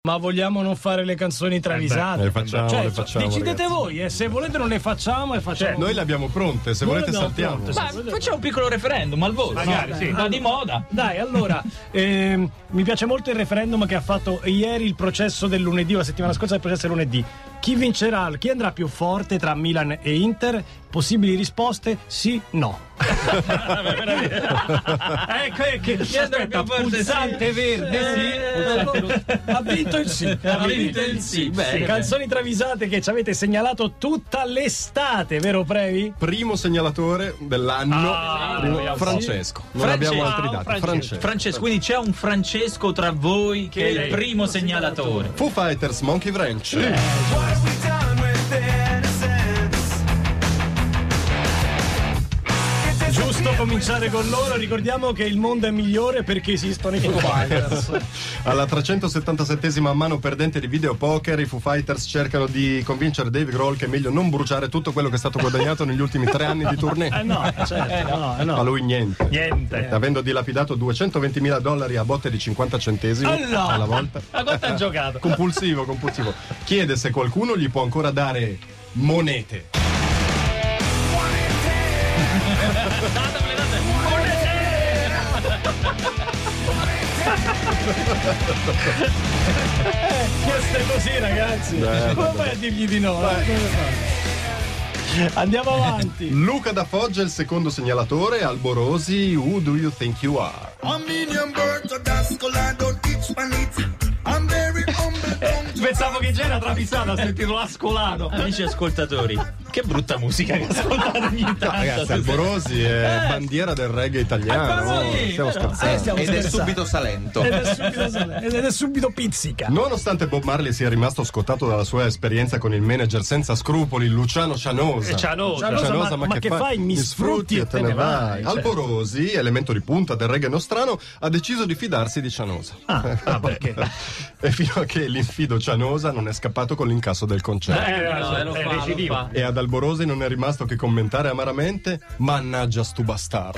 Ma vogliamo non fare le canzoni travisate? Le facciamo. Decidete ragazzi. voi, se volete non le facciamo e facciamo. Noi le abbiamo pronte, se volete saltiamo. Ma facciamo un piccolo referendum al volo. Magari, sì. Va di moda. Dai, allora, mi piace molto il referendum che ha fatto ieri il processo del lunedì, o la settimana scorsa il processo del lunedì. Chi vincerà, chi andrà più forte tra Milan e Inter? Possibili risposte? Sì, no. Aspetta, pulsante verde, sì. Ha vinto il sì. Ha vinto il sì. Bene. Canzoni travisate che ci avete segnalato tutta l'estate, vero Previ? Primo segnalatore dell'anno, Francesco. Non abbiamo altri dati. Francesco, quindi c'è un Francesco tra voi che è il primo segnalatore. Foo Fighters, Monkey Wrench. Giusto cominciare con loro, ricordiamo che il mondo è migliore perché esistono i Foo Fighters. Alla 377esima mano perdente di video poker, i Foo Fighters cercano di convincere Dave Grohl che è meglio non bruciare tutto quello che è stato guadagnato negli ultimi 3 anni di tournée. No. A lui niente. Avendo dilapidato $220.000 a botte di 50 centesimi alla volta. Ma quanto ha giocato? Compulsivo. Chiede se qualcuno gli può ancora dare monete. Questo è così, ragazzi. Come fai a dirgli di no? Andiamo avanti. Luca da Foggia è il secondo segnalatore. Alborosi, Who Do You Think You Are? Pensavo che già era travisata a sentito l'ascolano. Amici ascoltatori, che brutta musica che ascoltate ogni tanto. Ragazzi, Alborosi è bandiera del reggae italiano. Stiamo scherzando. Ed è subito salento. Ed è subito pizzica. Nonostante Bob Marley sia rimasto scottato dalla sua esperienza con il manager senza scrupoli Luciano Cianosa. Cianosa, ma che fai? Mi sfrutti e te ne vai. Alborosi, elemento di punta del reggae nostrano, ha deciso di fidarsi di Cianosa. Perché? E fino a che l'infido Cianosa non è scappato con l'incasso del concerto. E ad Alborosi non è rimasto che commentare amaramente: mannaggia stu bastardo.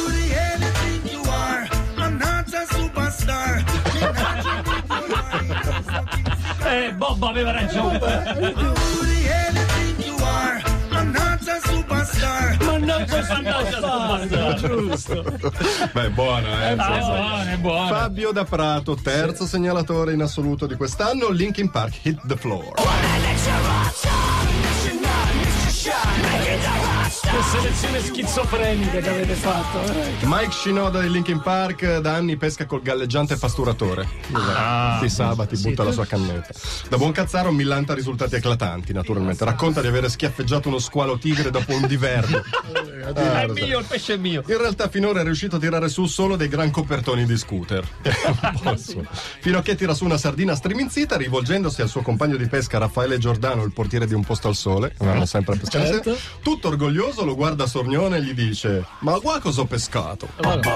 Bob aveva ragione. Mannaggia, giusto. Beh, buona, È buona. Fabio da Prato, terzo segnalatore in assoluto di quest'anno. Linkin Park, Hit the Floor. Che selezione schizofrenica che avete fatto. Mike Shinoda di Linkin Park da anni pesca col galleggiante pasturatore. Tutti i sabati butta la sua cannetta. Da buon cazzaro millanta risultati eclatanti, naturalmente. Racconta di avere schiaffeggiato uno squalo tigre dopo un diverno. È mio, il pesce è mio. In realtà finora è riuscito a tirare su solo dei gran copertoni di scooter. Fino a che tira su una sardina striminzita rivolgendosi al suo compagno di pesca Raffaele Giordano, il portiere di Un Posto al Sole. Avevano sempre pescato. Certo. Tutto orgoglioso lo guarda sornione e gli dice: ma qua cosa ho pescato?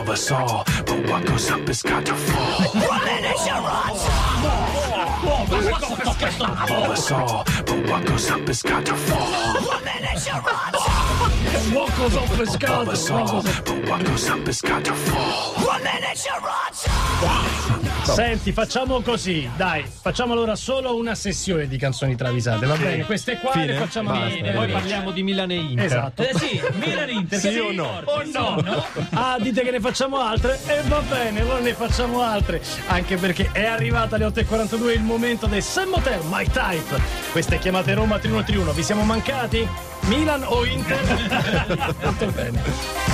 Senti, facciamo così, dai, facciamo allora solo una sessione di canzoni travisate, va bene? Queste qua le facciamo bene. Poi parliamo di Milan e Inter. Esatto. Sì, Milan e Inter. Sì o no? O no? Dite che ne facciamo altre? E va bene, allora ne facciamo altre. Anche perché è arrivata alle 8:42 il momento del Sam Motel, My Type. Queste chiamate Roma 3131. Vi siamo mancati? Milan o Inter? Molto bene.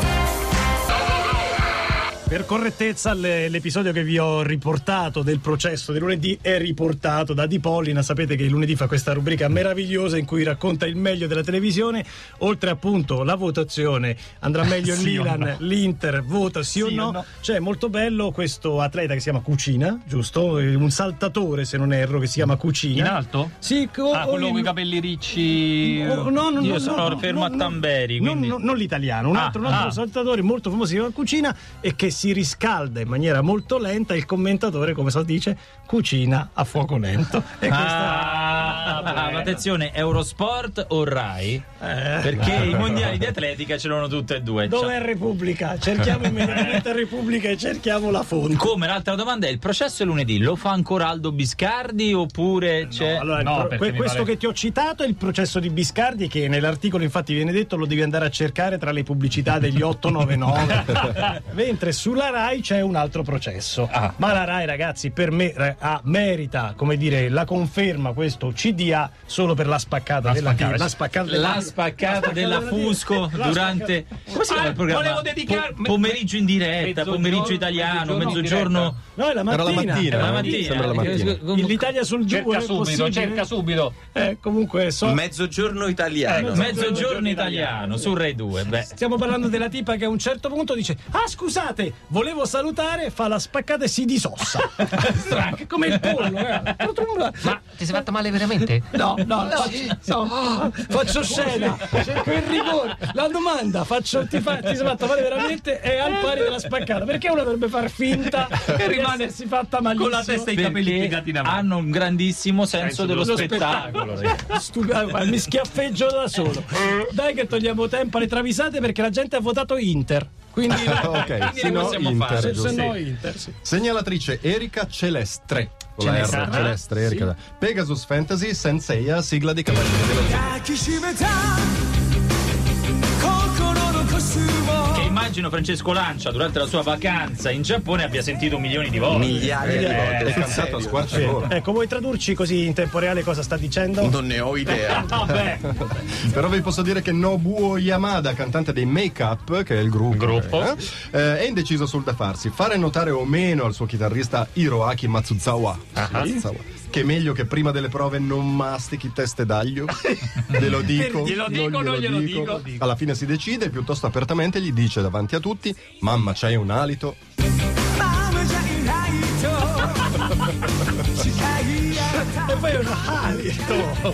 Per correttezza, l'episodio che vi ho riportato del processo di lunedì è riportato da Di Pollina. Sapete che il lunedì fa questa rubrica meravigliosa in cui racconta il meglio della televisione. Oltre appunto la votazione, andrà meglio il Sì Milan, no. l'Inter vota sì o no. Cioè, molto bello questo atleta che si chiama Cucina, giusto? Un saltatore, se non erro, che si chiama Cucina. In alto? Sì, quello con i capelli ricci. Io sono fermo a Tamberi. Quindi... non l'italiano, un altro saltatore molto famoso si chiama Cucina e che si riscalda in maniera molto lenta. Il commentatore, come si dice, cucina a fuoco lento. E questa Ma attenzione, Eurosport o Rai? Perché i mondiali di atletica ce l'hanno tutte e due. Dove è Repubblica? Cerchiamo immediatamente Repubblica e cerchiamo la fonte. Come l'altra domanda è: il processo è lunedì, lo fa ancora Aldo Biscardi oppure c'è? Allora, questo che ti ho citato è il processo di Biscardi, che nell'articolo infatti viene detto lo devi andare a cercare tra le pubblicità degli 899. Mentre sulla Rai c'è un altro processo. Ma la Rai, ragazzi, per me merita, come dire, la conferma, questo CDA solo per la spaccata della Fusco durante come si chiama il programma? Volevo dedicare pomeriggio in diretta, pomeriggio italiano, mezzogiorno. No, è la mattina. Era la mattina. L'Italia sul giù. Cerca subito. Comunque Mezzogiorno italiano. Mezzogiorno italiano su Rai 2. Beh. Stiamo parlando della tipa che a un certo punto dice: ah, scusate, volevo salutare, fa la spaccata e si disossa. Come il pollo. Ma ti sei fatta male veramente? No, faccio scena, cerco il rigore. La domanda, ti sei fatta male veramente, è al pari della spaccata. Perché uno dovrebbe far finta che rimane si fatta malissimo? Con la testa e i capelli piegati in avanti. Hanno un grandissimo senso dello spettacolo. Mi schiaffeggio da solo. Dai che togliamo tempo alle travisate, perché la gente ha votato Inter. Quindi Inter. Segnalatrice Erika Celestre. Con la R, Celestre, Erika. Pegasus Fantasy, Senseiya, sigla di Cavalieri dello Che immagino Francesco Lancia durante la sua vacanza in Giappone abbia sentito milioni di volte. Migliaia di volte. È cantato a squarciagola. Ecco, vuoi tradurci così in tempo reale cosa sta dicendo? Non ne ho idea. Però vi posso dire che Nobuo Yamada, cantante dei Make Up, che è il gruppo. È indeciso sul da farsi. Fare notare o meno al suo chitarrista Hiroaki Matsuzawa che è meglio che prima delle prove non mastichi teste d'aglio. Glielo dico. Non glielo dico. Alla fine si decide, piuttosto apertamente gli dice davanti a tutti: mamma, c'hai un alito. E poi è un alito.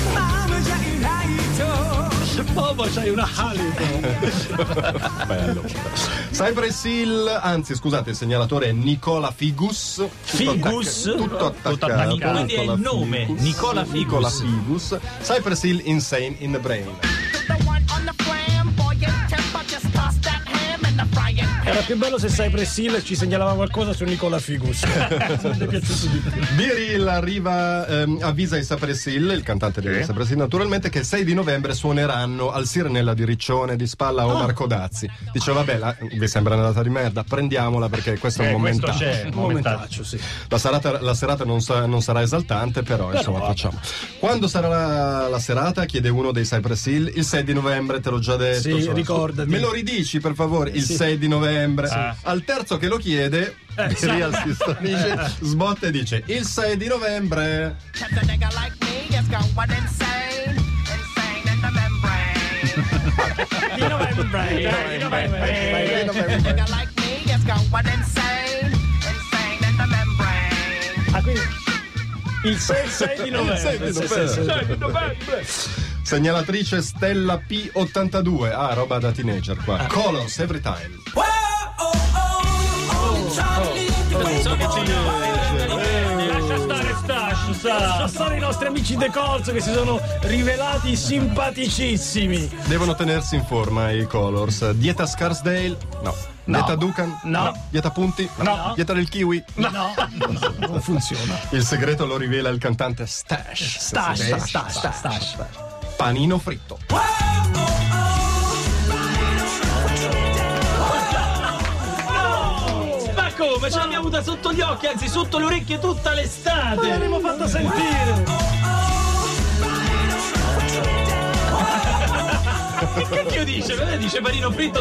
Mamma, c'hai un alito. Bello. Cypress Hill, anzi scusate, il segnalatore è Nicola Figus. Tutto attaccato. Quindi è il nome Nicola Figus. Cypress Hill, Insane in the Brain. Era più bello se Cypress Hill ci segnalava qualcosa su Nicola Figus. Mi è piaciuto di più. Beer Hill avvisa i Cypress Hill, il cantante di Cypress Hill naturalmente, che il 6 di novembre suoneranno al Sirenella di Riccione di spalla a Omar Codazzi. Dice vabbè, vi sembra una data di merda, prendiamola perché questo è un momentaccio. Sì. La serata non sarà esaltante, però insomma facciamo. Quando sarà la serata? Chiede uno dei Cypress Hill. Il 6 di novembre, te l'ho già detto. Sì, ricordati. Me lo ridici per favore? Il 6 di novembre. Al terzo che lo chiede, Real si dice, sbotta e dice: il 6 di novembre. Quindi il 6 di novembre. Segnalatrice Stella P82. Roba da teenager qua. Colors Every Time. Lascia stare i nostri amici The Colors, che si sono rivelati simpaticissimi. Devono tenersi in forma i Colors. Dieta Scarsdale? No. Dieta Dukan? No. Dieta Punti? No. Dieta del Kiwi? No, non funziona. Il segreto lo rivela il cantante Stash. Panino fritto. Come? Ce l'abbiamo avuta sotto gli occhi, anzi sotto le orecchie tutta l'estate. L'avremmo fatta sentire. Che cacchio dice? Dice panino fritto.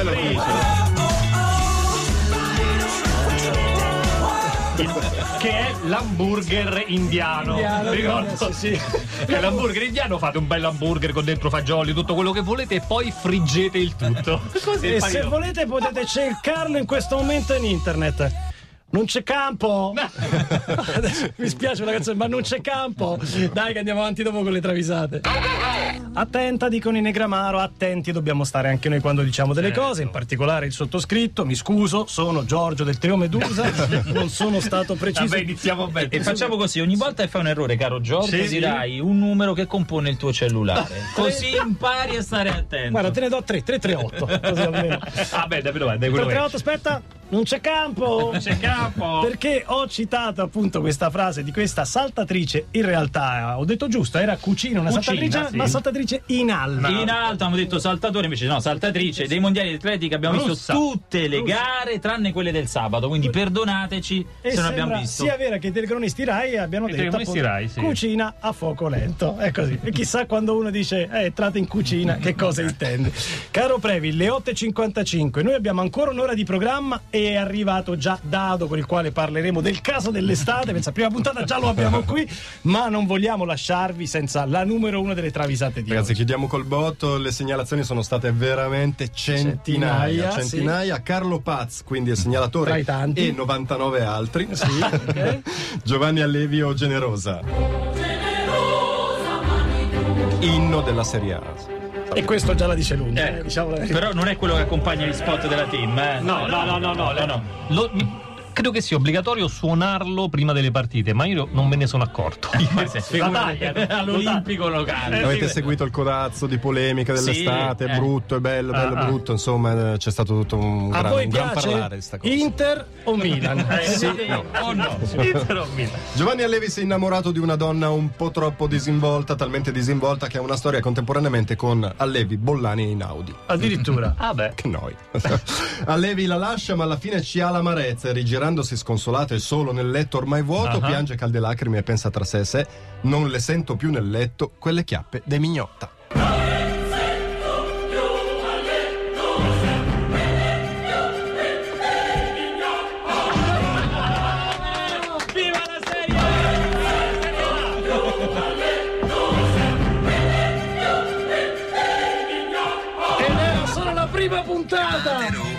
Che è l'hamburger indiano. Ricordo? Sì. Che l'hamburger indiano, fate un bel hamburger con dentro fagioli, tutto quello che volete, e poi friggete il tutto. Così e se volete potete cercarlo in questo momento in internet. Non c'è campo! Adesso, mi spiace una canzone, ma non c'è campo! Dai che andiamo avanti dopo con le travisate. Attenta, dicono in Negramaro, attenti dobbiamo stare anche noi quando diciamo delle cose, in particolare il sottoscritto, mi scuso, sono Giorgio del Trio Medusa, non sono stato preciso. Vabbè, iniziamo bene. E facciamo così, ogni volta che fai un errore, caro Giorgio, dirai un numero che compone il tuo cellulare. Così impari a stare attento. Guarda, te ne do 338, così almeno. Vabbè, davvero, dai, quello 338, aspetta, non c'è campo! Non c'è campo! Perché ho citato appunto questa frase di questa saltatrice, in realtà ho detto giusto, era cucina, una saltatrice, sì. ma saltatrice in alto. In alto abbiamo detto saltatore, invece no, saltatrice. Dei mondiali di atletica abbiamo visto tutte le gare tranne quelle del sabato, quindi perdonateci E se non abbiamo visto. sia vera che i telecronisti Rai abbiano detto telecronisti appunto, Rai, sì. cucina a fuoco lento, è così. E chissà quando uno dice entrate in cucina che cosa intende. Caro Previ, le 8.55, noi abbiamo ancora un'ora di programma e è arrivato già Dado con il quale parleremo del caso dell'estate. Pensa, prima puntata già lo abbiamo qui, ma non vogliamo lasciarvi senza la numero 1 delle travisate di Ragazzi, oggi. chiudiamo col botto, le segnalazioni sono state veramente centinaia. Carlo Paz, quindi il segnalatore, Tra i tanti. e 99 altri. Sì, ok. Giovanni Allevio Generosa. Inno della Serie A. E questo già la dice lunga, diciamo la verità. Però non è quello che accompagna gli spot della team, eh? No. Credo che sia obbligatorio suonarlo prima delle partite, ma io non me ne sono accorto. La tagliano, all'Olimpico locale. Avete seguito il corazzo di polemica dell'estate? È brutto, è bello, brutto. Insomma, c'è stato tutto un A gran, voi un gran piace parlare di sta cosa. Inter o Milan? O no? Giovanni Allevi si è innamorato di una donna un po' troppo disinvolta, talmente disinvolta che ha una storia contemporaneamente con Allevi, Bollani e Einaudi. Addirittura. Vabbè. Che noi. Allevi la lascia, ma alla fine ci ha l'amarezza e rigirandosi sconsolato e solo nel letto ormai vuoto, piange calde lacrime e pensa tra sé e sé: non le sento più nel letto quelle chiappe de mignotta. Viva la Serie Ed era solo la prima puntata!